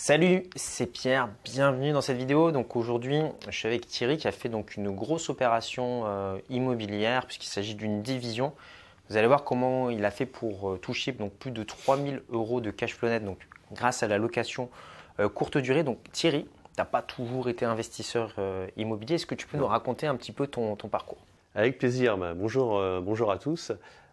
Salut, c'est Pierre, bienvenue dans cette vidéo. Donc aujourd'hui, je suis avec Thierry qui a fait donc une grosse opération immobilière puisqu'il s'agit d'une division. Vous allez voir comment il a fait pour toucher donc plus de 3000 € de cash flow net donc grâce à la location courte durée. Donc Thierry, tu n'as pas toujours été investisseur immobilier. Est-ce que tu peux nous raconter un petit peu ton parcours? Avec plaisir. Bonjour à tous.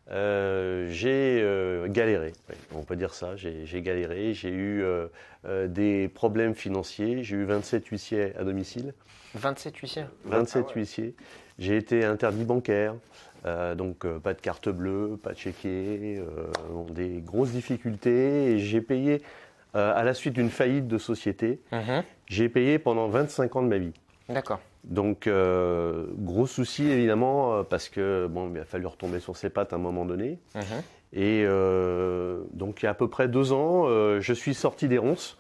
J'ai galéré, on peut dire ça, j'ai galéré, j'ai eu des problèmes financiers, j'ai eu 27 huissiers à domicile. 27 huissiers 27 huissiers. J'ai été interdit bancaire, donc pas de carte bleue, pas de chéquier, des grosses difficultés. Et j'ai payé, à la suite d'une faillite de société, j'ai payé pendant 25 ans de ma vie. D'accord. Donc, gros souci évidemment, parce que bon, il a fallu retomber sur ses pattes à un moment donné. Et donc, il y a à peu près 2 ans, je suis sorti des ronces.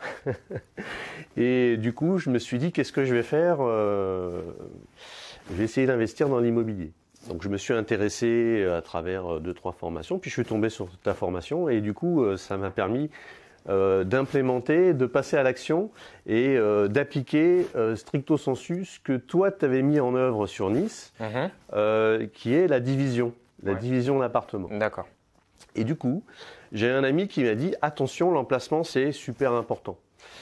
Et du coup, je me suis dit, qu'est-ce que je vais faire? Je vais essayer d'investir dans l'immobilier. Donc, je me suis intéressé à travers 2-3 formations, puis je suis tombé sur ta formation. Et du coup, ça m'a permis d'implémenter, de passer à l'action et d'appliquer stricto sensu ce que toi tu avais mis en œuvre sur Nice, qui est la division d'appartements. D'accord. Et du coup, j'ai un ami qui m'a dit attention, l'emplacement c'est super important.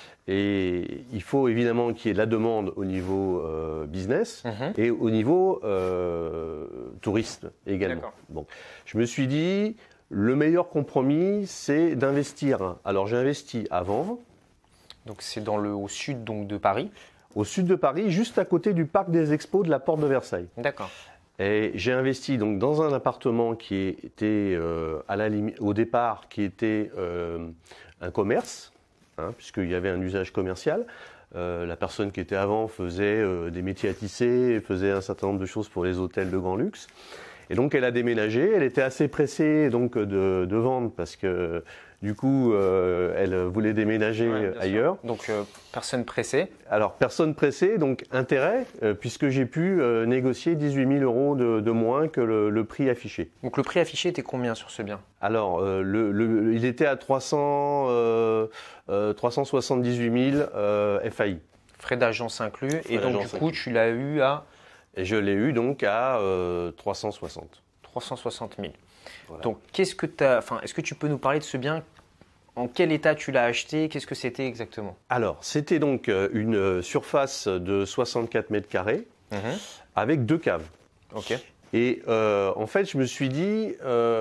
Et il faut évidemment qu'il y ait de la demande au niveau business et au niveau tourisme également. Bon, je me suis dit le meilleur compromis, c'est d'investir. Alors, j'ai investi à Vanves. Donc, c'est au sud donc, de Paris. Au sud de Paris, juste à côté du parc des Expos de la Porte de Versailles. D'accord. Et j'ai investi donc dans un appartement qui était au départ qui était un commerce, puisqu'il y avait un usage commercial. La personne qui était avant faisait des métiers à tisser, faisait un certain nombre de choses pour les hôtels de grand luxe. Et donc elle a déménagé, elle était assez pressée donc de vendre parce que du coup elle voulait déménager ailleurs. Donc personne pressée. Alors personne pressée, donc intérêt puisque j'ai pu négocier 18 000 € de moins que le prix affiché. Donc le prix affiché était combien sur ce bien? Alors il était à 378 000 FAI. Frais d'agence inclus. Et donc du coup tu l'as eu à... Et je l'ai eu donc à 360. 360 000. Voilà. Donc, est-ce que tu peux nous parler de ce bien? En quel état tu l'as acheté? Qu'est-ce que c'était exactement? Alors, c'était donc une surface de 64 mètres carrés avec 2 caves. Ok. Et en fait, je me suis dit,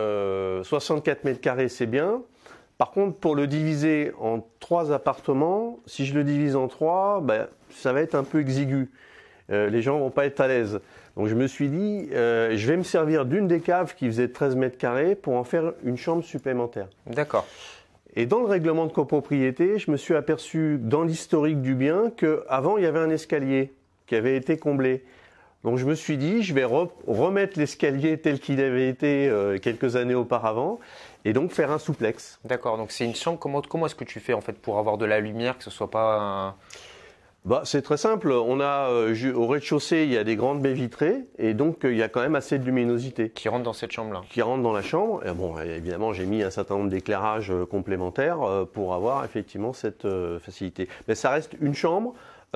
64 mètres carrés, c'est bien. Par contre, pour le diviser en 3 appartements, si je le divise en 3, ça va être un peu exigu. Les gens vont pas être à l'aise. Donc je me suis dit, je vais me servir d'une des caves qui faisait 13 mètres carrés pour en faire une chambre supplémentaire. D'accord. Et dans le règlement de copropriété, je me suis aperçu dans l'historique du bien qu'avant il y avait un escalier qui avait été comblé. Donc je me suis dit, je vais remettre l'escalier tel qu'il avait été quelques années auparavant et donc faire un souplex. D'accord. Donc c'est une chambre. Comment est-ce que tu fais en fait pour avoir de la lumière, que ce soit pas c'est très simple. On a au rez-de-chaussée, il y a des grandes baies vitrées et donc il y a quand même assez de luminosité qui rentre dans cette chambre-là. Qui rentre dans la chambre. Et bon, évidemment, j'ai mis un certain nombre d'éclairages complémentaires pour avoir effectivement cette facilité. Mais ça reste une chambre,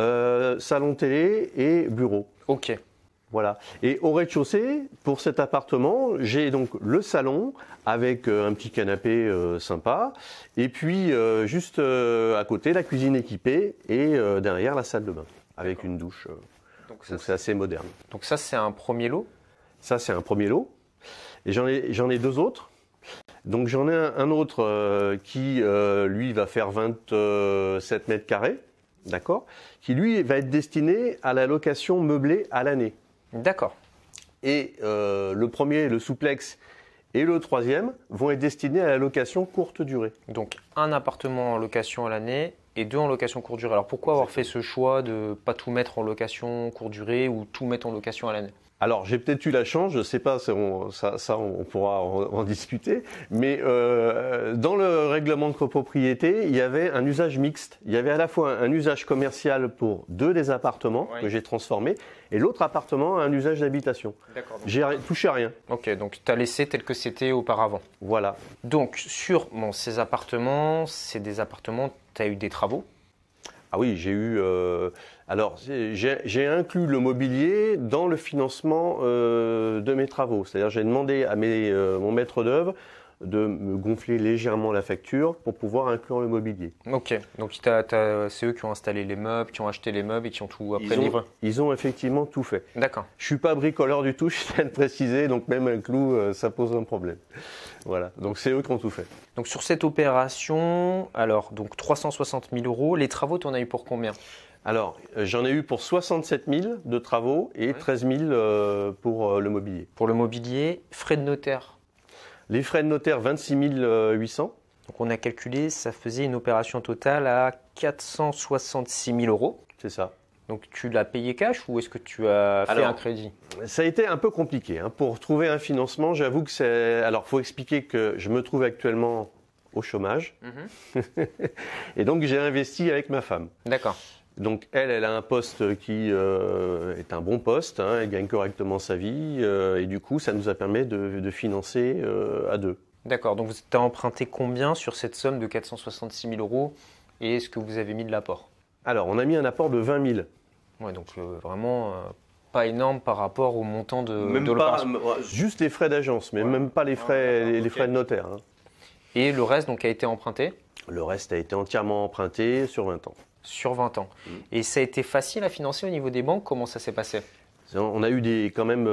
salon télé et bureau. Ok. Voilà. Et au rez-de-chaussée, pour cet appartement, j'ai donc le salon avec un petit canapé sympa, et puis juste à côté la cuisine équipée et derrière la salle de bain avec une douche. Donc c'est assez moderne. Donc ça c'est un premier lot. Ça c'est un premier lot. Et j'en ai 2 autres. Donc j'en ai un autre qui lui va faire 27 mètres carrés, d'accord, qui lui va être destiné à la location meublée à l'année. D'accord. Et le premier, le souplex, et le 3e vont être destinés à la location courte durée. Donc un appartement en location à l'année et 2 en location courte durée. Alors pourquoi avoir fait ce choix de ne pas tout mettre en location courte durée ou tout mettre en location à l'année? Alors, j'ai peut-être eu la chance, je ne sais pas, on pourra en discuter, mais dans le règlement de copropriété, il y avait un usage mixte. Il y avait à la fois un usage commercial pour 2 des appartements que j'ai transformés, et l'autre appartement un usage d'habitation. D'accord. J'ai touché à rien. Ok, donc tu as laissé tel que c'était auparavant. Voilà. Donc, sur ces appartements, c'est des appartements, tu as eu des travaux? Ah oui, j'ai inclus le mobilier dans le financement de mes travaux. C'est-à-dire j'ai demandé à mon maître d'œuvre de me gonfler légèrement la facture pour pouvoir inclure le mobilier. Ok, donc c'est eux qui ont installé les meubles, qui ont acheté les meubles et qui ont tout après livré. Ils ont effectivement tout fait. D'accord. Je suis pas bricoleur du tout, je tiens à le préciser, donc même un clou, ça pose un problème. Voilà, donc c'est eux qui ont tout fait. Donc sur cette opération, alors donc 360 000 euros, les travaux, tu en as eu pour combien? Alors, j'en ai eu pour 67 000 de travaux et 13 000 pour le mobilier. Pour le mobilier, frais de notaire? Les frais de notaire, 26 800. Donc on a calculé, ça faisait une opération totale à 466 000 euros. C'est ça. Donc tu l'as payé cash ou est-ce que tu as fait un crédit? Ça a été un peu compliqué. Hein. Pour trouver un financement, j'avoue que c'est... Alors, il faut expliquer que je me trouve actuellement au chômage. Et donc, j'ai investi avec ma femme. D'accord. Donc, elle a un poste qui est un bon poste. Hein. Elle gagne correctement sa vie. Et du coup, ça nous a permis de financer à deux. D'accord. Donc, tu as emprunté combien sur cette somme de 466 000 euros et est-ce que vous avez mis de l'apport? Alors, on a mis un apport de 20 000. Ouais, donc vraiment pas énorme par rapport au montant de pas, l'opération. Juste les frais d'agence, mais même pas les frais, les frais de notaire. Hein. Et le reste donc a été emprunté? Le reste a été entièrement emprunté sur 20 ans. Sur 20 ans. Et ça a été facile à financer au niveau des banques? Comment ça s'est passé? On a eu quand même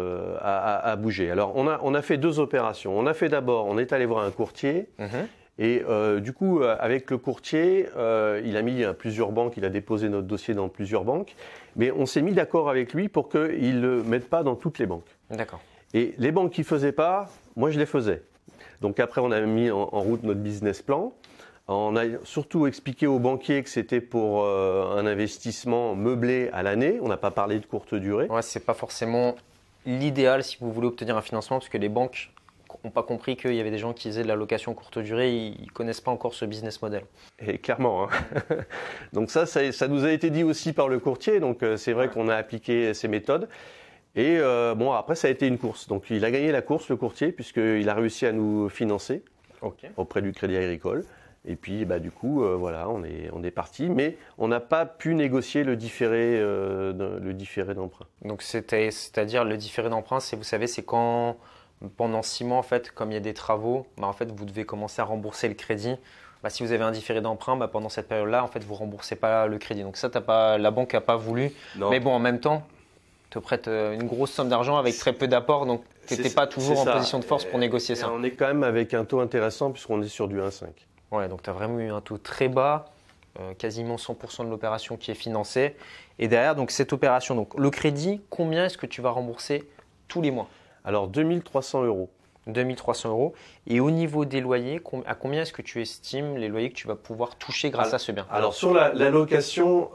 à bouger. Alors, on a fait deux opérations. On a fait d'abord, on est allé voir un courtier. Et du coup, avec le courtier, il a mis plusieurs banques, il a déposé notre dossier dans plusieurs banques. Mais on s'est mis d'accord avec lui pour qu'il ne le mette pas dans toutes les banques. D'accord. Et les banques qui ne faisaient pas, moi je les faisais. Donc après, on a mis en route notre business plan. On a surtout expliqué aux banquiers que c'était pour un investissement meublé à l'année. On n'a pas parlé de courte durée. Ouais, c'est pas forcément l'idéal si vous voulez obtenir un financement parce que les banques n'ont pas compris qu'il y avait des gens qui faisaient de la location courte durée. Ils ne connaissent pas encore ce business model. Et clairement. Hein. Donc ça nous a été dit aussi par le courtier. Donc c'est vrai qu'on a appliqué ces méthodes. Et bon, après, ça a été une course. Donc il a gagné la course, le courtier, puisqu'il a réussi à nous financer auprès du Crédit Agricole. Et puis, du coup, voilà, on est parti, mais on n'a pas pu négocier le différé d'emprunt. Donc, c'est-à-dire le différé d'emprunt, vous savez, c'est quand pendant 6 mois, en fait, comme il y a des travaux, en fait, vous devez commencer à rembourser le crédit. Si vous avez un différé d'emprunt, pendant cette période-là, en fait, vous ne remboursez pas le crédit. Donc ça, la banque n'a pas voulu. Non. Mais bon, en même temps, te prête une grosse somme d'argent avec très peu d'apport, donc tu n'étais pas toujours en position de force pour négocier ça. On est quand même avec un taux intéressant puisqu'on est sur du 1,5. Ouais, donc tu as vraiment eu un taux très bas, quasiment 100% de l'opération qui est financée. Et derrière, donc cette opération, donc le crédit, combien est-ce que tu vas rembourser tous les mois? Alors 2 300 euros. 2 300 euros. Et au niveau des loyers, à combien est-ce que tu estimes les loyers que tu vas pouvoir toucher grâce à ce bien? Alors sur la location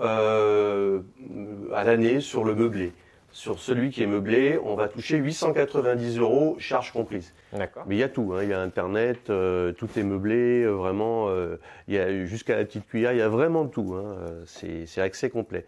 à l'année, sur le meublé. Sur celui qui est meublé, on va toucher 890 euros, charges comprises. D'accord. Mais il y a tout, hein. Il y a Internet, tout est meublé, vraiment, il y a jusqu'à la petite cuillère, il y a vraiment tout. Hein. C'est accès complet.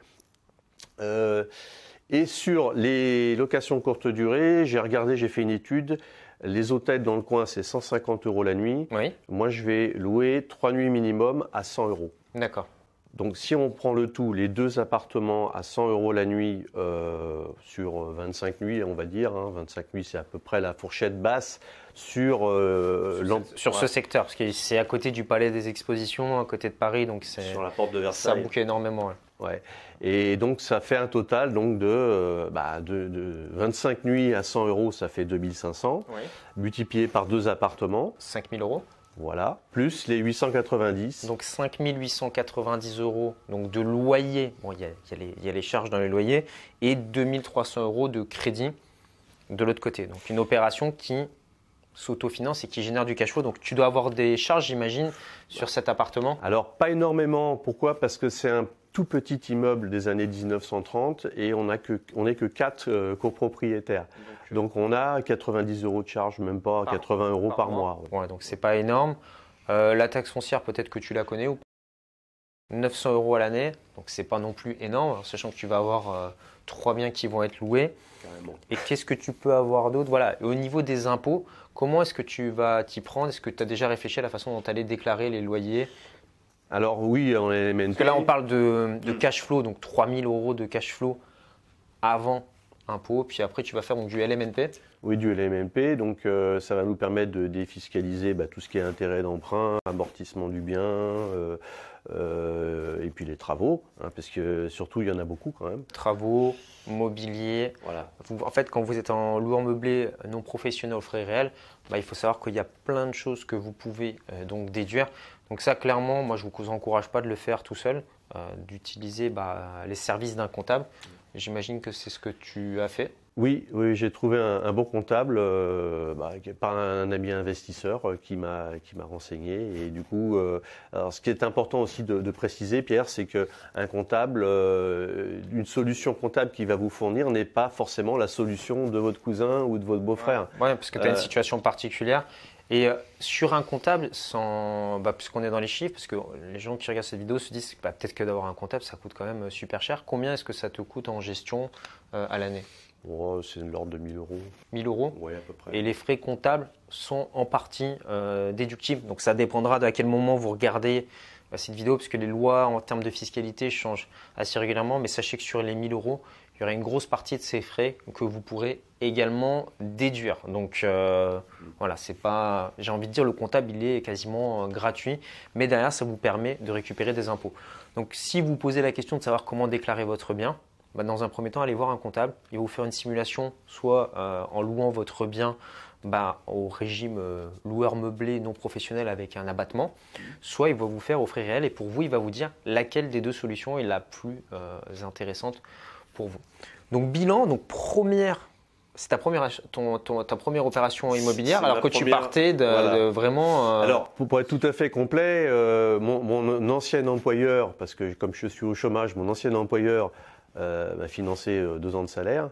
Et sur les locations courte durée, j'ai regardé, j'ai fait une étude. Les hôtels dans le coin, c'est 150 euros la nuit. Oui. Moi, je vais louer 3 nuits minimum à 100 euros. D'accord. Donc, si on prend le tout, les deux appartements à 100 euros la nuit sur 25 nuits, on va dire. 25 nuits, c'est à peu près la fourchette basse sur ce secteur, parce que c'est à côté du Palais des Expositions, à côté de Paris, donc c'est sur la porte de Versailles. Ça boucle énormément. Ouais. Et donc, ça fait un total donc, de 25 nuits à 100 euros, ça fait 2500. Oui. Multiplié par deux appartements. 5 000 euros. Voilà, plus les 890. Donc 5 890 euros donc de loyer, bon, il y a les charges dans les loyers, et 2 300 euros de crédit de l'autre côté. Donc une opération qui s'autofinance et qui génère du cash flow. Donc tu dois avoir des charges, j'imagine, sur cet appartement? Alors pas énormément. Pourquoi? Parce que c'est un tout petit immeuble des années 1930 et on n'est que 4 copropriétaires. Donc on a 90 euros de charge, même pas 80 euros par mois. Ouais, donc c'est pas énorme. La taxe foncière, peut-être que tu la connais ou pas? 900 euros à l'année, donc c'est pas non plus énorme, alors, sachant que tu vas avoir 3 biens qui vont être loués. Carrément. Et qu'est-ce que tu peux avoir d'autre? Voilà. Et au niveau des impôts, comment est-ce que tu vas t'y prendre? Est-ce que tu as déjà réfléchi à la façon dont tu allais déclarer les loyers? Alors oui, en LMNP. Parce que là, on parle de cash flow, donc 3 000 € de cash flow avant impôt, puis après tu vas faire donc, du LMNP. Oui, du LMNP, donc ça va nous permettre de défiscaliser tout ce qui est intérêt d'emprunt, amortissement du bien, et puis les travaux, hein, parce que surtout il y en a beaucoup quand même. Travaux, mobilier. Voilà. En fait, quand vous êtes en loueur meublé non professionnel aux frais réels, il faut savoir qu'il y a plein de choses que vous pouvez donc déduire. Donc ça, clairement, moi je ne vous encourage pas de le faire tout seul, d'utiliser les services d'un comptable. J'imagine que c'est ce que tu as fait. Oui, j'ai trouvé un bon comptable par un ami investisseur qui m'a renseigné. Et du coup, alors ce qui est important aussi de préciser, Pierre, c'est qu'un comptable, une solution comptable qu'il va vous fournir n'est pas forcément la solution de votre cousin ou de votre beau-frère. Oui, parce que tu as une situation particulière. Et sur un comptable, puisqu'on est dans les chiffres, parce que les gens qui regardent cette vidéo se disent peut-être que d'avoir un comptable, ça coûte quand même super cher. Combien est-ce que ça te coûte en gestion à l'année? C'est de l'ordre de 1 000 €. 1 000 €? Oui, à peu près. Et les frais comptables sont en partie déductibles. Donc ça dépendra de à quel moment vous regardez cette vidéo, parce que les lois en termes de fiscalité changent assez régulièrement. Mais sachez que sur les 1 000 €, il y aura une grosse partie de ces frais que vous pourrez également déduire. Donc voilà, c'est pas, j'ai envie de dire, le comptable il est quasiment gratuit, mais derrière ça vous permet de récupérer des impôts. Donc si vous posez la question de savoir comment déclarer votre bien, dans un premier temps, allez voir un comptable. Il va vous faire une simulation, soit en louant votre bien au régime loueur meublé non professionnel avec un abattement, soit il va vous faire aux frais réels et pour vous, il va vous dire laquelle des deux solutions est la plus intéressante pour vous. Donc bilan, c'est ta première opération immobilière, alors que tu partais de vraiment… Alors, pour être tout à fait complet, mon ancien employeur, parce que comme je suis au chômage, mon ancien employeur m'a financé 2 ans de salaire.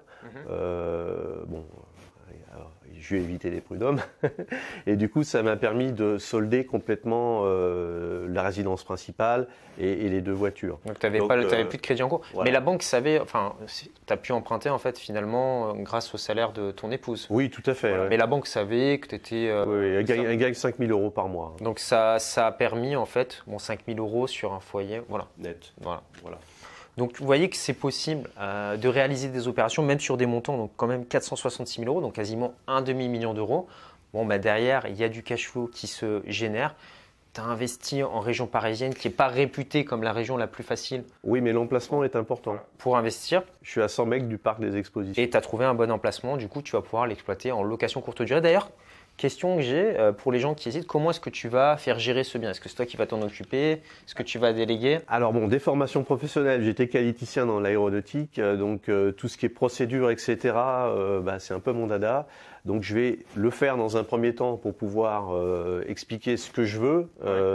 Je lui ai évité les prud'hommes. Et du coup, ça m'a permis de solder complètement la résidence principale et les 2 voitures. Donc, tu n'avais plus de crédit en cours. Voilà. Mais la banque savait, tu as pu emprunter en fait finalement grâce au salaire de ton épouse. Oui, tout à fait. Voilà. Ouais. Mais la banque savait que tu étais… oui, elle gagne 5 000 € par mois. Donc, ça a permis en fait 5 000 € sur un foyer. Voilà. Net. Voilà. Donc, vous voyez que c'est possible de réaliser des opérations, même sur des montants, donc quand même 466 000 €, donc quasiment un demi-million d'euros. Derrière, il y a du cash flow qui se génère. Tu as investi en région parisienne qui n'est pas réputée comme la région la plus facile. Oui, mais l'emplacement est important. Pour investir. Je suis à 100 mecs du parc des expositions. Et tu as trouvé un bon emplacement, du coup, tu vas pouvoir l'exploiter en location courte durée. D'ailleurs, question que j'ai pour les gens qui hésitent, comment est-ce que tu vas faire gérer ce bien? Est-ce que c'est toi qui vas t'en occuper? Est-ce que tu vas déléguer? Alors des formations professionnelles, j'étais qualiticien dans l'aéronautique, donc tout ce qui est procédure, etc., c'est un peu mon dada. Donc je vais le faire dans un premier temps pour pouvoir expliquer ce que je veux.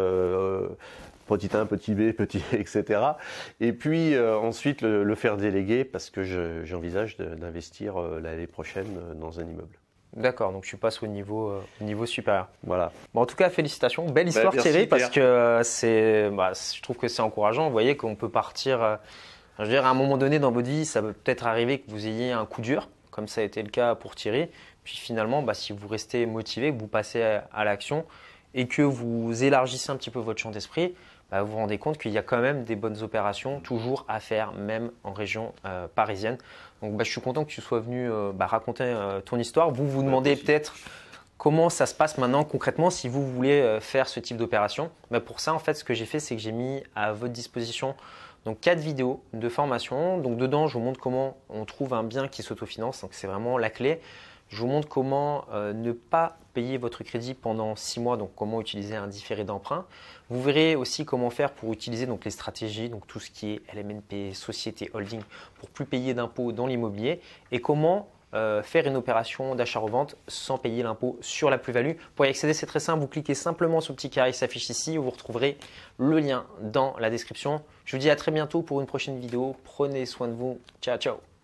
Petit 1, petit B, petit etc. Et puis ensuite le faire déléguer parce que j'envisage d'investir l'année prochaine dans un immeuble. D'accord, donc tu passes au niveau supérieur. Voilà. En tout cas, félicitations. Belle histoire, Thierry, parce que je trouve que c'est encourageant. Vous voyez qu'on peut partir… je veux dire, à un moment donné dans votre vie, ça peut peut-être arriver que vous ayez un coup dur, comme ça a été le cas pour Thierry. Puis finalement, si vous restez motivé, que vous passez à l'action et que vous élargissez un petit peu votre champ d'esprit, vous vous rendez compte qu'il y a quand même des bonnes opérations toujours à faire, même en région parisienne. Donc je suis content que tu sois venu raconter ton histoire. Vous vous demandez peut-être comment ça se passe maintenant concrètement si vous voulez faire ce type d'opération. Pour ça, en fait, ce que j'ai fait, c'est que j'ai mis à votre disposition donc 4 vidéos de formation. Donc dedans, je vous montre comment on trouve un bien qui s'autofinance. Donc c'est vraiment la clé. Je vous montre comment ne pas payer votre crédit pendant 6 mois, donc comment utiliser un différé d'emprunt. Vous verrez aussi comment faire pour utiliser donc les stratégies, donc tout ce qui est LMNP, société, holding, pour plus payer d'impôts dans l'immobilier et comment faire une opération d'achat-revente sans payer l'impôt sur la plus-value. Pour y accéder, c'est très simple, vous cliquez simplement sur le petit carré qui s'affiche ici, vous retrouverez le lien dans la description. Je vous dis à très bientôt pour une prochaine vidéo. Prenez soin de vous. Ciao, ciao.